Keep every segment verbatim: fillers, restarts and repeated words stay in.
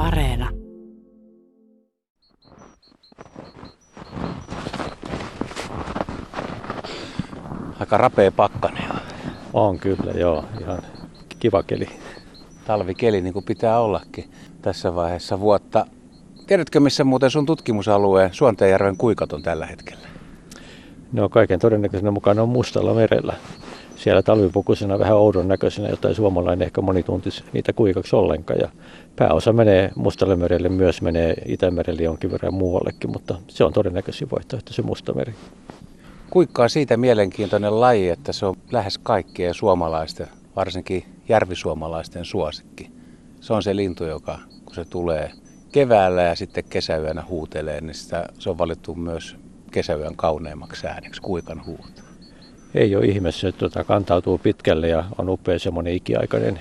Areena. Aika rapea pakkanen on. On kyllä, joo. Ihan kiva keli. Talvikeli niin kuin pitää ollakin tässä vaiheessa vuotta. Tiedätkö, missä muuten sun tutkimusalueen Suonteenjärven kuikat on tällä hetkellä? No kaiken todennäköisenä mukana on Mustalla merellä. Siellä talvipukuisena vähän oudon näköisenä, jota ei suomalainen ehkä moni tuntisi niitä kuikaksi ollenkaan. Ja pääosa menee Mustalle merelle, myös menee Itämerelle jonkin verran muuallekin, mutta se on todennäköisin vaihtoehto, se Musta meri. Kuikka on siitä mielenkiintoinen laji, että se on lähes kaikkien suomalaisten, varsinkin järvisuomalaisten suosikki. Se on se lintu, joka kun se tulee keväällä ja sitten kesäyönä huutelee, niin sitä, se on valittu myös kesäyön kauneimmaksi ääneksi, kuikan huuto. Ei ole ihme, se tuota, kantautuu pitkälle ja on upea semmoinen ikiaikainen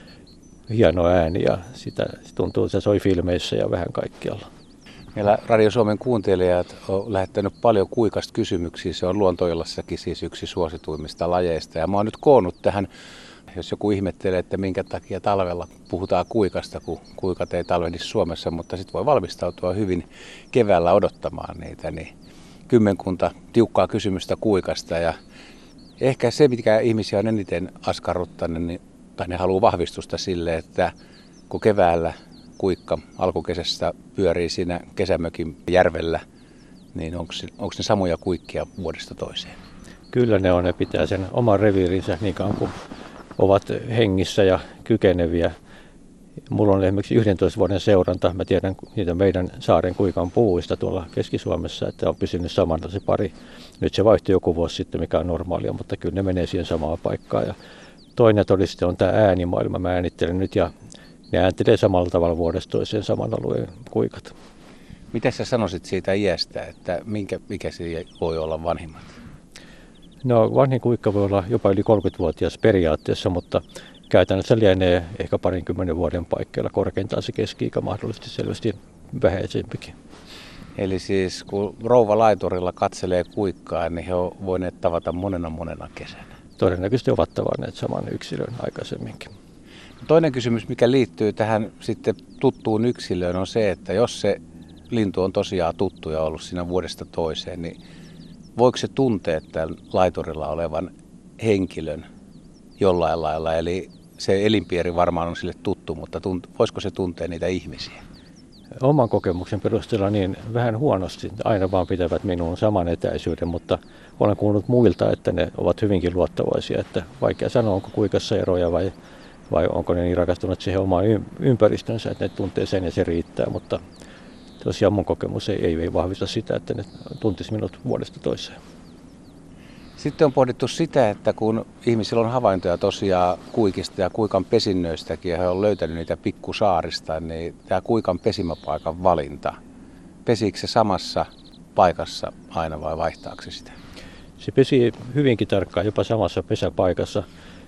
hieno ääni ja sitä se tuntuu, että se soi filmeissä ja vähän kaikkialla. Meillä Radio Suomen kuuntelijat on lähettänyt paljon kuikasta kysymyksiä. Se on Luontoillassakin siis yksi suosituimmista lajeista. Ja mä oon nyt koonnut tähän, jos joku ihmettelee, että minkä takia talvella puhutaan kuikasta, kun kuikat ei talvehdi Suomessa, mutta sitten voi valmistautua hyvin keväällä odottamaan niitä. Niin kymmenkunta tiukkaa kysymystä kuikasta ja ehkä se, mikä ihmisiä on eniten askarruttanut, niin, tai ne haluaa vahvistusta sille, että kun keväällä kuikka alkukesästä pyörii siinä kesämökin järvellä, niin onko ne samoja kuikkia vuodesta toiseen? Kyllä ne on, ne pitää sen oman reviirinsä niin kauan kuin ovat hengissä ja kykeneviä. Mulla on esimerkiksi yhdentoista vuoden seuranta. Mä tiedän niitä meidän saaren kuikan puuista tuolla Keski-Suomessa, että on pysynyt samalla se pari. Nyt se vaihtui joku vuosi sitten, mikä on normaalia, mutta kyllä ne menee siihen samaan paikkaan. Ja toinen todiste on tämä äänimaailma. Mä äänittelen nyt ja ne ääntelee samalla tavalla vuodesta toiseen saman alueen kuikat. Mitä sä sanoisit siitä iästä, että minkä ikäisiä voi olla vanhimmat? No vanhin kuikka voi olla jopa yli kolmekymmentävuotias periaatteessa, mutta käytännössä lienee ehkä parinkymmenen vuoden paikkeilla korkeintaan se keski-ikä mahdollisesti selvästi vähäisempikin. Eli siis kun rouva laiturilla katselee kuikkaa, niin he ovat voineet tavata monena monena kesänä. Todennäköisesti ovat tavanneet saman yksilön aikaisemminkin. Toinen kysymys, mikä liittyy tähän sitten tuttuun yksilöön, on se, että jos se lintu on tosiaan tuttu ja ollut siinä vuodesta toiseen, niin voiko se tuntea tämän laiturilla olevan henkilön jollain lailla? Eli se elinpiiri varmaan on sille tuttu, mutta tunt, voisiko se tuntea niitä ihmisiä? Oman kokemuksen perusteella niin vähän huonosti. Aina vaan pitävät minuun saman etäisyyden, mutta olen kuullut muilta, että ne ovat hyvinkin luottavaisia. Että vaikea sanoa, onko kuikassa eroja vai, vai onko ne niin rakastuneet siihen omaan ympäristönsä, että ne tuntee sen ja se riittää. Mutta tosiaan mun kokemus ei, ei vahvista sitä, että ne tuntisi minut vuodesta toiseen. Sitten on pohdittu sitä, että kun ihmisillä on havaintoja tosiaan kuikista ja kuikan pesinnöistäkin ja he on löytänyt niitä pikkusaarista, niin tämä kuikan pesimäpaikan valinta, pesiikö se samassa paikassa aina vai vaihtaako se sitä? Se pesi hyvinkin tarkkaan jopa samassa pesäpaikassa.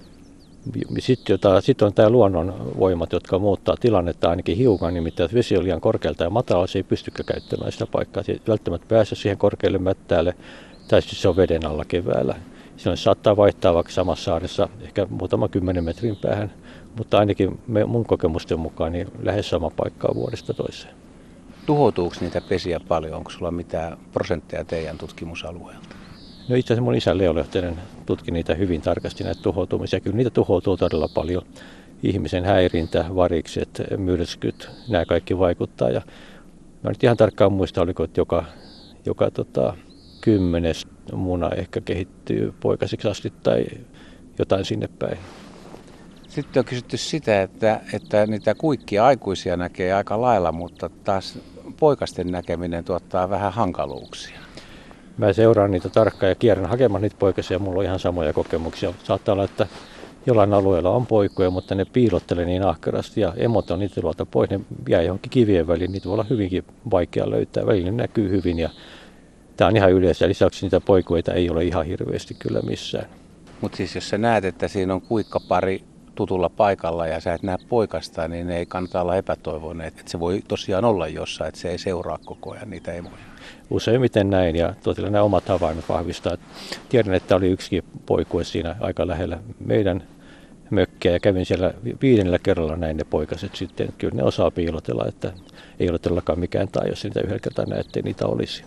Sitten sit on tämä luonnonvoimat, jotka muuttaa tilannetta ainakin hiukan, nimittäin vesi on liian korkealta ja matalalla, se ei pystykään käyttämään sitä paikkaa. Se ei välttämättä pääse siihen korkealle mättäälle. Tai siis se on veden alla keväällä. Se saattaa vaihtaa vaikka samassa saaressa ehkä muutama kymmenen metrin päähän, mutta ainakin me, mun kokemusten mukaan niin lähes sama paikkaa vuodesta toiseen. Tuhoutuuko niitä pesiä paljon? Onko sulla mitään prosentteja teidän tutkimusalueelta? No itse asiassa mun isä Leo Lehtinen tutki niitä hyvin tarkasti näitä tuhoutumisia. Kyllä niitä tuhoutuu todella paljon. Ihmisen häirintä, varikset, myrskyt, nämä kaikki vaikuttaa. Ja mä nyt ihan tarkkaan muista, oliko että joka, joka tota, kymmenes muna ehkä kehittyy poikasiksi asti tai jotain sinne päin. Sitten on kysytty sitä, että, että niitä kuikkia aikuisia näkee aika lailla, mutta taas poikasten näkeminen tuottaa vähän hankaluuksia. Mä seuraan niitä tarkkaan ja kierrän hakemaan niitä poikasia. Mulla on ihan samoja kokemuksia. Saattaa olla, että jollain alueella on poikuja, mutta ne piilottelee niin ahkerasti ja emot on niitä luolta pois. Ne jää johonkin kivien väliin. Niitä voi olla hyvinkin vaikea löytää. Välillä ne näkyy hyvin ja tämä on ihan yleistä. Lisäksi niitä poikueita ei ole ihan hirveästi kyllä missään. Mutta siis jos sä näet, että siinä on kuikkapari tutulla paikalla ja sä et näe poikasta, niin ei kannata olla epätoivoinen. Että se voi tosiaan olla jossain, että se ei seuraa koko ajan niitä emoja. Useimmiten näin ja tosiaan nämä omat havainnot vahvistaa. Tiedän, että oli yksikin poikue siinä aika lähellä meidän mökkejä ja kävin siellä viidennellä kerralla näin ne poikaset sitten. Kyllä ne osaa piilotella, että ei ole todellakaan mikään tai jos niitä yhdellä kertaa näe, ettei niitä olisi.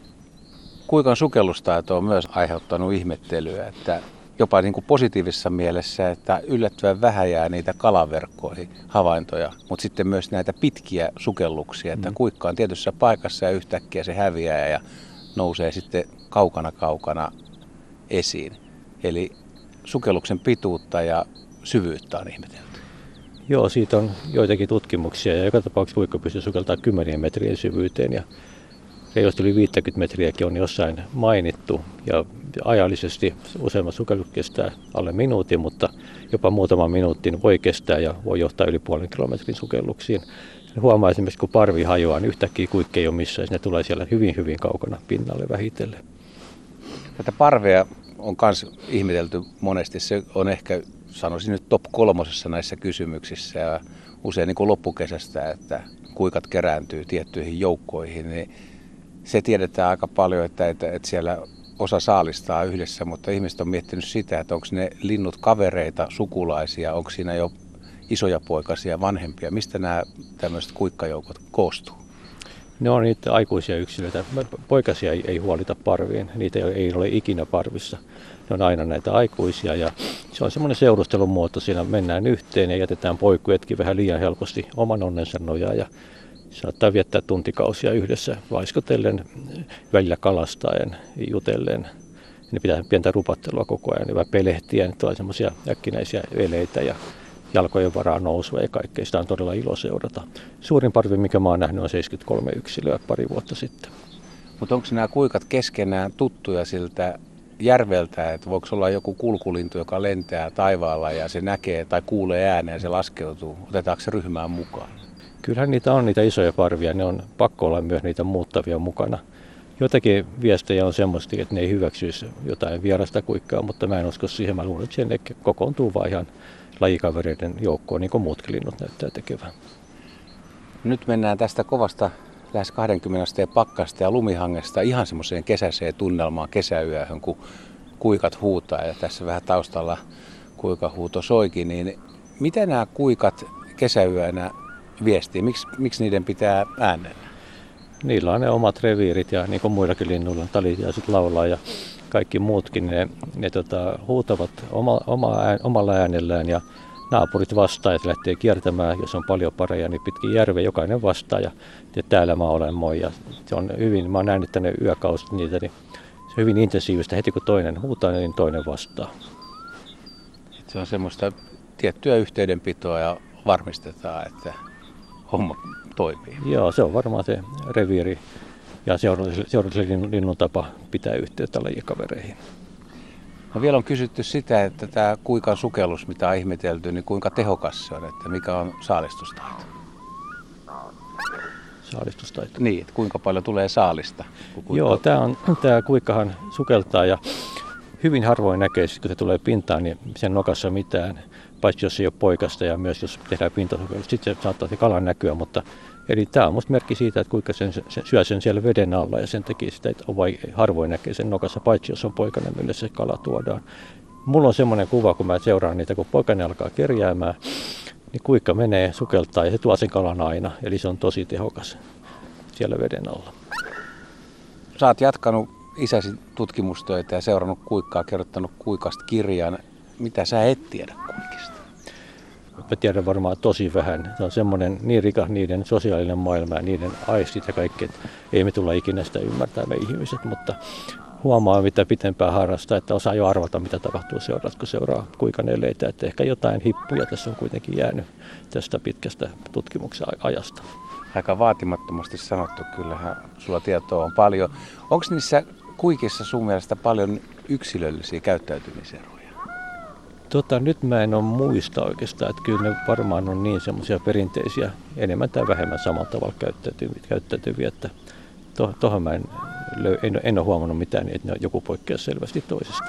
Kuikan sukellustaito on myös aiheuttanut ihmettelyä, että jopa niin kuin positiivisessa mielessä, että yllättävän vähän jää niitä kalaverkkoihin havaintoja, mutta sitten myös näitä pitkiä sukelluksia, että kuikka on tietyssä paikassa ja yhtäkkiä se häviää ja nousee sitten kaukana kaukana esiin. Eli sukelluksen pituutta ja syvyyttä on ihmetelty. Joo, siitä on joitakin tutkimuksia ja joka tapauksessa kuikka pystyy sukeltamaan kymmenien metrien syvyyteen ja reilusti yli viisikymmentä metriäkin on jossain mainittu ja ajallisesti useimmat sukellukset kestää alle minuutin, mutta jopa muutaman minuutin voi kestää ja voi johtaa yli puolen kilometrin sukelluksiin. Huomaa esimerkiksi, kun parvi hajoaa, niin yhtäkkiä kuikka ei ole missään, ne tulee siellä hyvin hyvin kaukana pinnalle vähitellen. Tätä parvea on myös ihmetelty monesti. Se on ehkä, sanoisin nyt, top kolmosessa näissä kysymyksissä ja usein niin kuin loppukesästä, että kuikat kerääntyy tiettyihin joukkoihin, niin se tiedetään aika paljon, että, että, että siellä osa saalistaa yhdessä, mutta ihmiset on miettinyt sitä, että onko ne linnut kavereita, sukulaisia, onko siinä jo isoja poikasia, vanhempia. Mistä nämä tämmöiset kuikkajoukot koostuu? Ne on niitä aikuisia yksilöitä. Poikasia ei, ei huolita parviin, niitä ei ole ikinä parvissa. Ne on aina näitä aikuisia ja se on semmoinen seurustelun muoto. Siinä mennään yhteen ja jätetään poikuetkin vähän liian helposti oman onnensa nojaan ja saattaa viettää tuntikausia yhdessä vaiskotellen, välillä kalastaen, jutellen. Ne pitää pientä rupattelua koko ajan, hyvä pelehtiä, nyt on semmoisia äkkinäisiä eleitä ja jalkojen varaan nousua ja kaikkea. Sitä on todella ilo seurata. Suurin parvi, mikä mä oon nähnyt, on seitsemänkymmentäkolme yksilöä pari vuotta sitten. Mutta onko nämä kuikat keskenään tuttuja siltä järveltä, että voiko olla joku kulkulintu, joka lentää taivaalla ja se näkee tai kuulee ääneen ja se laskeutuu? Otetaanko se ryhmään mukaan? Kyllähän niitä on niitä isoja parvia, ne on pakko olla myös niitä muuttavia mukana. Jotakin viestejä on semmoista, että ne ei hyväksyisi jotain vierasta kuikkaa, mutta mä en usko siihen. Mä luulen, että sen kokoontuu vaan ihan lajikavereiden joukkoon, niin kuin muutkin linnut näyttää tekevän. Nyt mennään tästä kovasta lähes kaksikymmentä asteen pakkasta ja lumihangesta ihan semmoiseen kesäiseen tunnelmaan kesäyöhön, kun kuikat huutaa ja tässä vähän taustalla kuikahuuto soikin. Niin miten nämä kuikat kesäyönä viestii? Miks, miksi niiden pitää äänellä? Niillä on ne omat reviirit ja niin kuin muillakin linnuilla talit ja sitten laulaa ja kaikki muutkin. Ne, ne tota, huutavat oma, oma ään, omalla äänellään ja naapurit vastaa ja se lähtee kiertämään. Jos on paljon pareja, niin pitkin järveä jokainen vastaa ja, ja täällä mä olen moi. Ja se on hyvin, mä oon nähnyt tänne yökausit niitä, niin se on hyvin intensiivistä. Heti kun toinen huutaa, niin toinen vastaa. Se on semmoista tiettyä yhteydenpitoa ja varmistetaan, että homma toimii. Joo, se on varmaan se reviiri ja seurallisen linnun tapa pitää yhteyttä lajikavereihin. No vielä on kysytty sitä, että tämä kuikan sukellus, mitä on ihmetelty, niin kuinka tehokas se on, että mikä on saalistustaito? Saalistustaito? Niin, että kuinka paljon tulee saalista? Joo, tämä, on, tämä kuikkahan sukeltaa ja hyvin harvoin näkee, kun se tulee pintaan, niin sen nokassa mitään. Paitsi jos ei ole poikasta ja myös jos tehdään pintasukellus, sitten se saattaa se kalan näkyä, mutta eli tämä on musta merkki siitä, että kuinka sen, sen syö sen siellä veden alla ja sen takia sitä on vai, harvoin näkee sen nokassa, paitsi jos on poikainen, millä se kala tuodaan. Mulla on semmoinen kuva, kun mä seuraan niitä, kun poikainen alkaa kerjäämään, niin kuikka menee, sukeltaa ja se tuo sen kalan aina, eli se on tosi tehokas siellä veden alla. Sä oot jatkanut isäsi tutkimustöitä ja seurannut kuikkaa, kirjoittanut kuikasta kirjan. Mitä sä et tiedä kuikista? Mä tiedän varmaan tosi vähän. Se on semmoinen niin rikas niiden sosiaalinen maailma ja niiden aistit ja kaikki, että ei me tulla ikinä sitä ymmärtää me ihmiset, mutta huomaa mitä pitempään harrastaa, että osaa jo arvata mitä tapahtuu seuraat, kun seuraa kuikan eleitä, että ehkä jotain hippuja tässä on kuitenkin jäänyt tästä pitkästä tutkimuksen ajasta. Aika vaatimattomasti sanottu, kyllähän sulla tietoa on paljon. Onko niissä kuikissa sun mielestä paljon yksilöllisiä käyttäytymiseroja? Tota, nyt mä en ole muista oikeastaan, että kyllä ne varmaan on niin semmoisia perinteisiä, enemmän tai vähemmän samalla tavalla käyttäytyviä, käyttäytyviä että to, tohon mä en, en, en ole huomannut mitään, että ne joku poikkeaa selvästi toisesta.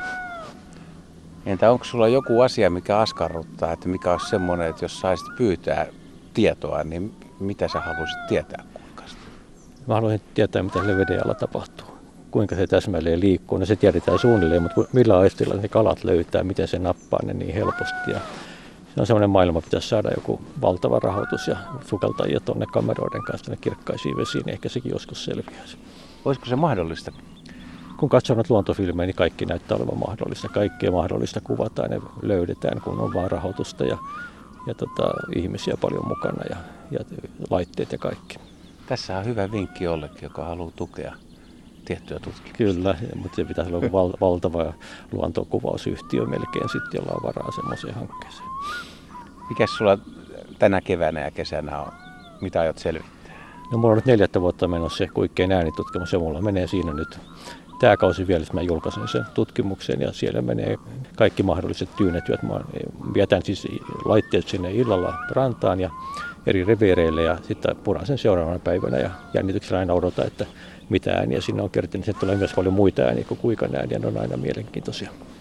Entä onko sulla joku asia, mikä askarruttaa, että mikä olisi semmoinen, että jos saisit pyytää tietoa, niin mitä sä haluaisit tietää kuikasta? Mä haluaisin tietää, mitä sille veden alla tapahtuu. Kuinka se täsmälleen liikkuu, no se tiedetään suunnilleen, mutta millä aistilla ne kalat löytää, miten se nappaa ne niin helposti. Ja Se on semmoinen maailma, pitäisi saada joku valtava rahoitus ja sukeltajia tuonne kameroiden kanssa ne kirkkaisiin vesiin, niin ehkä sekin joskus selviäisi. Olisiko se mahdollista? Kun katsoo noita luontofilmejä, niin kaikki näyttää olevan mahdollista. Kaikkea mahdollista kuvataan ja löydetään, kun on vaan rahoitusta ja, ja tota, ihmisiä paljon mukana ja, ja laitteet ja kaikki. Tässä on hyvä vinkki jollekin, joka haluaa tukea tiettyä tutkimusta. Kyllä, mutta se pitäisi olla val- valtava luontokuvausyhtiö melkein sitten, jolla on varaa semmoiseen hankkeeseen. Mikäs sulla tänä keväänä ja kesänä on? Mitä aiot selvittää? No mulla on nyt neljättä vuotta menossa se Kuikkeen äänitutkimus ja mulla menee siinä nyt tämä kausi vielä, että mä julkaisen sen tutkimuksen ja siellä menee kaikki mahdolliset tyynetyöt. Mä vietän siis laitteet sinne illalla rantaan ja eri reviireille ja sitten puran sen seuraavana päivänä ja jännityksellä aina odota, että mitä ääniä sinne on kertynyt. Sitten tulee myös paljon muita ääniä kuin kuikan ääniä, ne on aina mielenkiintoisia.